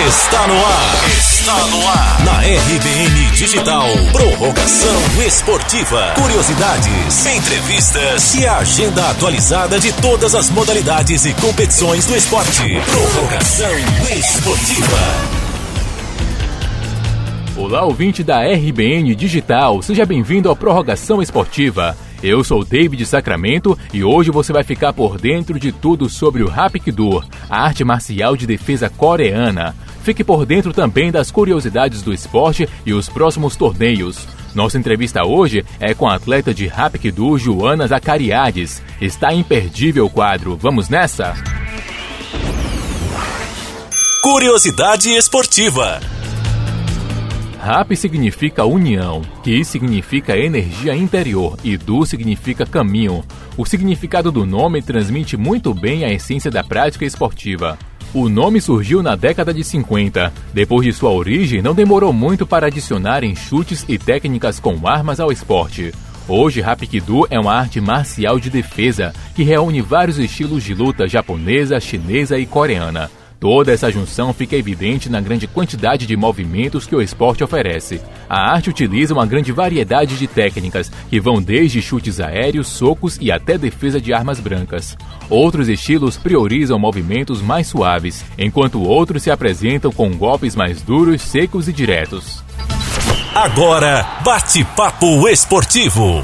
Está no ar. Está no ar. Na RBN Digital. Prorrogação esportiva. Curiosidades, entrevistas e a agenda atualizada de todas as modalidades e competições do esporte. Prorrogação esportiva. Olá, ouvinte da RBN Digital. Seja bem-vindo à Prorrogação Esportiva. Eu sou o David Sacramento e hoje você vai ficar por dentro de tudo sobre o Hapkido, a arte marcial de defesa coreana. Fique por dentro também das curiosidades do esporte e os próximos torneios. Nossa entrevista hoje é com a atleta de Hapkido, Joana Zacariades. Está imperdível o quadro. Vamos nessa? Curiosidade esportiva. Hap significa união, Ki significa energia interior e Du significa caminho. O significado do nome transmite muito bem a essência da prática esportiva. O nome surgiu na década de 50. Depois de sua origem, não demorou muito para adicionarem chutes e técnicas com armas ao esporte. Hoje, Hapkido é uma arte marcial de defesa que reúne vários estilos de luta japonesa, chinesa e coreana. Toda essa junção fica evidente na grande quantidade de movimentos que o esporte oferece. A arte utiliza uma grande variedade de técnicas, que vão desde chutes aéreos, socos e até defesa de armas brancas. Outros estilos priorizam movimentos mais suaves, enquanto outros se apresentam com golpes mais duros, secos e diretos. Agora, bate-papo esportivo.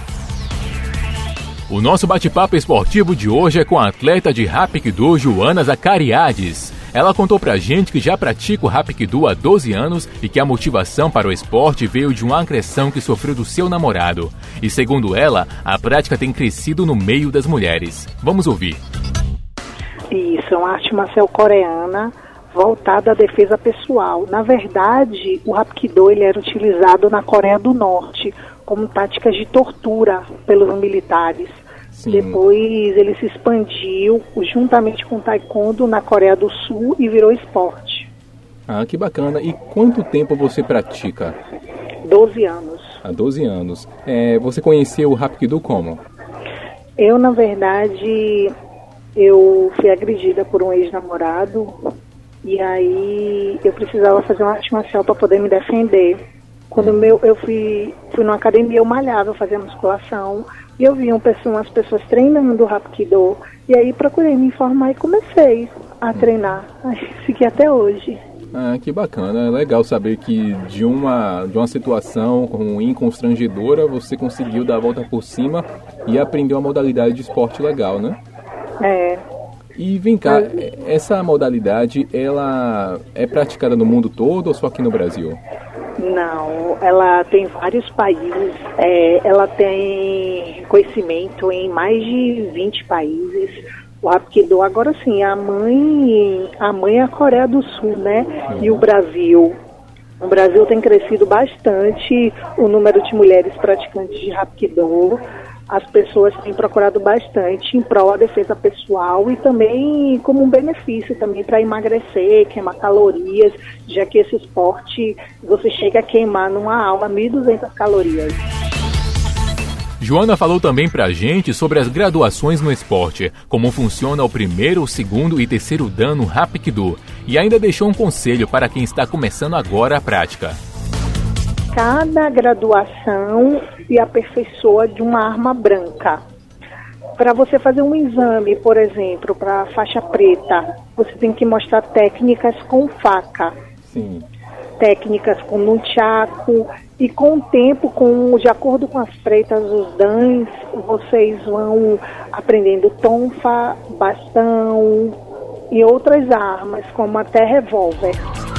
O nosso bate-papo esportivo de hoje é com a atleta de Hapkido, Joana Zacariades. Ela contou pra gente que já pratica o Hapkido há 12 anos e que a motivação para o esporte veio de uma agressão que sofreu do seu namorado. E segundo ela, a prática tem crescido no meio das mulheres. Vamos ouvir. Isso, é uma arte marcial coreana voltada à defesa pessoal. Na verdade, o Hapkido ele era utilizado na Coreia do Norte como táticas de tortura pelos militares. Sim. Depois ele se expandiu juntamente com o Taekwondo na Coreia do Sul e virou esporte. Ah, que bacana. E quanto tempo você pratica? 12 anos. Há 12 anos. Você conheceu o Hapkido como? Eu, na verdade, eu fui agredida por um ex-namorado e aí eu precisava fazer uma arte marcial para poder me defender. Quando eu fui numa academia, eu malhava, eu fazia musculação, e eu vi umas pessoas treinando o Hapkido, e aí procurei me informar e comecei a treinar, segui até hoje. Ah, que bacana, é legal saber que de uma situação ruim, constrangedora, você conseguiu dar a volta por cima e aprendeu uma modalidade de esporte legal, né? É. E vem cá, essa modalidade, ela é praticada no mundo todo ou só aqui no Brasil? Não, ela tem vários países, ela tem conhecimento em mais de 20 países. O Hapkido, agora sim, a mãe é a Coreia do Sul, né? E o Brasil. O Brasil tem crescido bastante o número de mulheres praticantes de Hapkido. As pessoas têm procurado bastante em prol da defesa pessoal e também como um benefício também para emagrecer, queimar calorias, já que esse esporte você chega a queimar numa aula 1.200 calorias. Joana falou também pra gente sobre as graduações no esporte, como funciona o primeiro, segundo e terceiro dan no Hapkido, e ainda deixou um conselho para quem está começando agora a prática. Cada graduação se aperfeiçoa de uma arma branca. Para você fazer um exame, por exemplo, para faixa preta, você tem que mostrar técnicas com faca. Sim. Técnicas com nunchaku e com o tempo, de acordo com as pretas, os dans, vocês vão aprendendo tonfa, bastão e outras armas, como até revólver.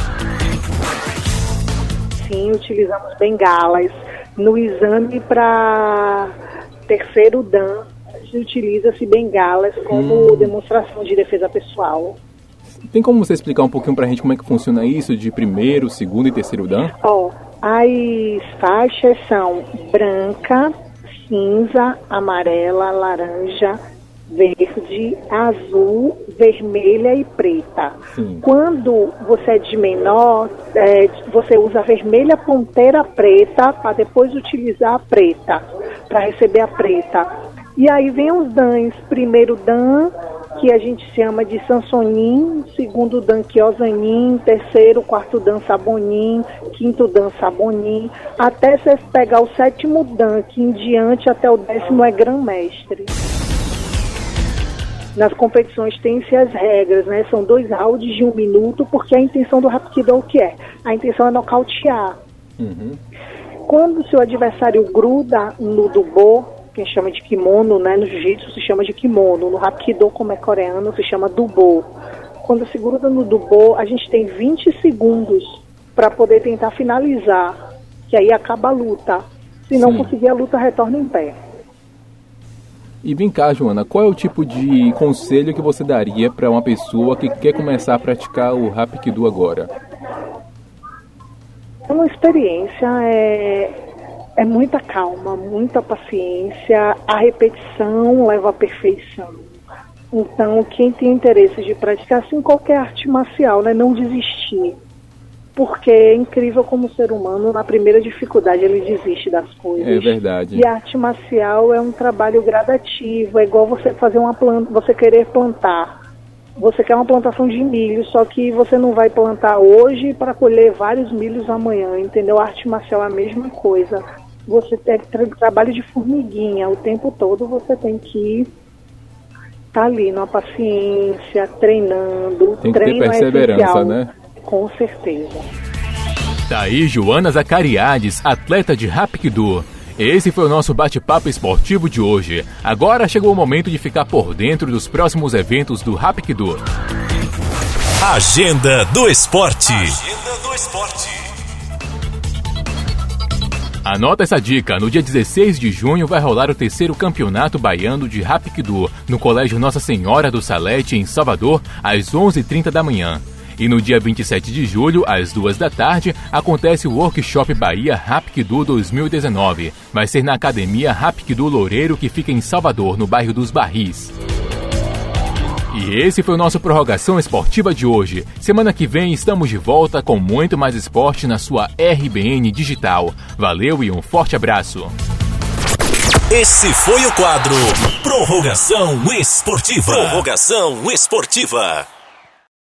Sim, utilizamos bengalas. No exame para terceiro dan, utiliza-se bengalas como demonstração de defesa pessoal. Tem como você explicar um pouquinho pra gente como é que funciona isso de primeiro, segundo e terceiro dan? As faixas são branca, cinza, amarela, laranja, verde, azul, vermelha e preta. Sim. Quando você é de menor, você usa a vermelha ponteira preta para depois utilizar a preta, para receber a preta. E aí vem os dans, primeiro dan, que a gente chama de Sansonin, segundo dan Kiosanin, terceiro, quarto dan Sabonin, quinto dan Sabonin, até você pegar o sétimo dan, que em diante até o 10º é Grã-Mestre. Nas competições tem-se as regras, né? São 2 rounds de 1 minuto, porque a intenção do Hapkido o que é? A intenção é nocautear. Quando o seu adversário gruda no Dubo, que chama de kimono, né? No jiu-jitsu se chama de kimono, no Hapkido, como é coreano, se chama Dubo. Quando se gruda no Dubo, a gente tem 20 segundos para poder tentar finalizar, que aí acaba a luta. Se não conseguir, a luta retorna em pé. E vem cá, Joana, qual é o tipo de conselho que você daria para uma pessoa que quer começar a praticar o Hapkido agora? Uma experiência é muita calma, muita paciência, a repetição leva à perfeição. Então, quem tem interesse de praticar, assim, qualquer arte marcial, né, não desistir. Porque é incrível como o ser humano, na primeira dificuldade, ele desiste das coisas. É verdade. E a arte marcial é um trabalho gradativo, é igual você fazer uma planta, você querer plantar. Você quer uma plantação de milho, só que você não vai plantar hoje para colher vários milhos amanhã, entendeu? A arte marcial é a mesma coisa. Você tem trabalho de formiguinha, o tempo todo você tem que estar ali na paciência, treinando. Tem que ter perseverança, né? Com certeza. Tá aí Joana Zacariades, atleta de Hapkido. Esse foi o nosso bate-papo esportivo de hoje. Agora chegou o momento de ficar por dentro dos próximos eventos do Hapkido. Agenda do Esporte. Anota essa dica, no dia 16 de junho vai rolar o 3º Campeonato Baiano de Hapkido, no Colégio Nossa Senhora do Salete, em Salvador, às 11h30 da manhã. E no dia 27 de julho, às 2 da tarde, acontece o Workshop Bahia Hapkido 2019. Vai ser na Academia Hapkido Loureiro, que fica em Salvador, no bairro dos Barris. E esse foi o nosso Prorrogação Esportiva de hoje. Semana que vem estamos de volta com muito mais esporte na sua RBN Digital. Valeu e um forte abraço. Esse foi o quadro Prorrogação Esportiva.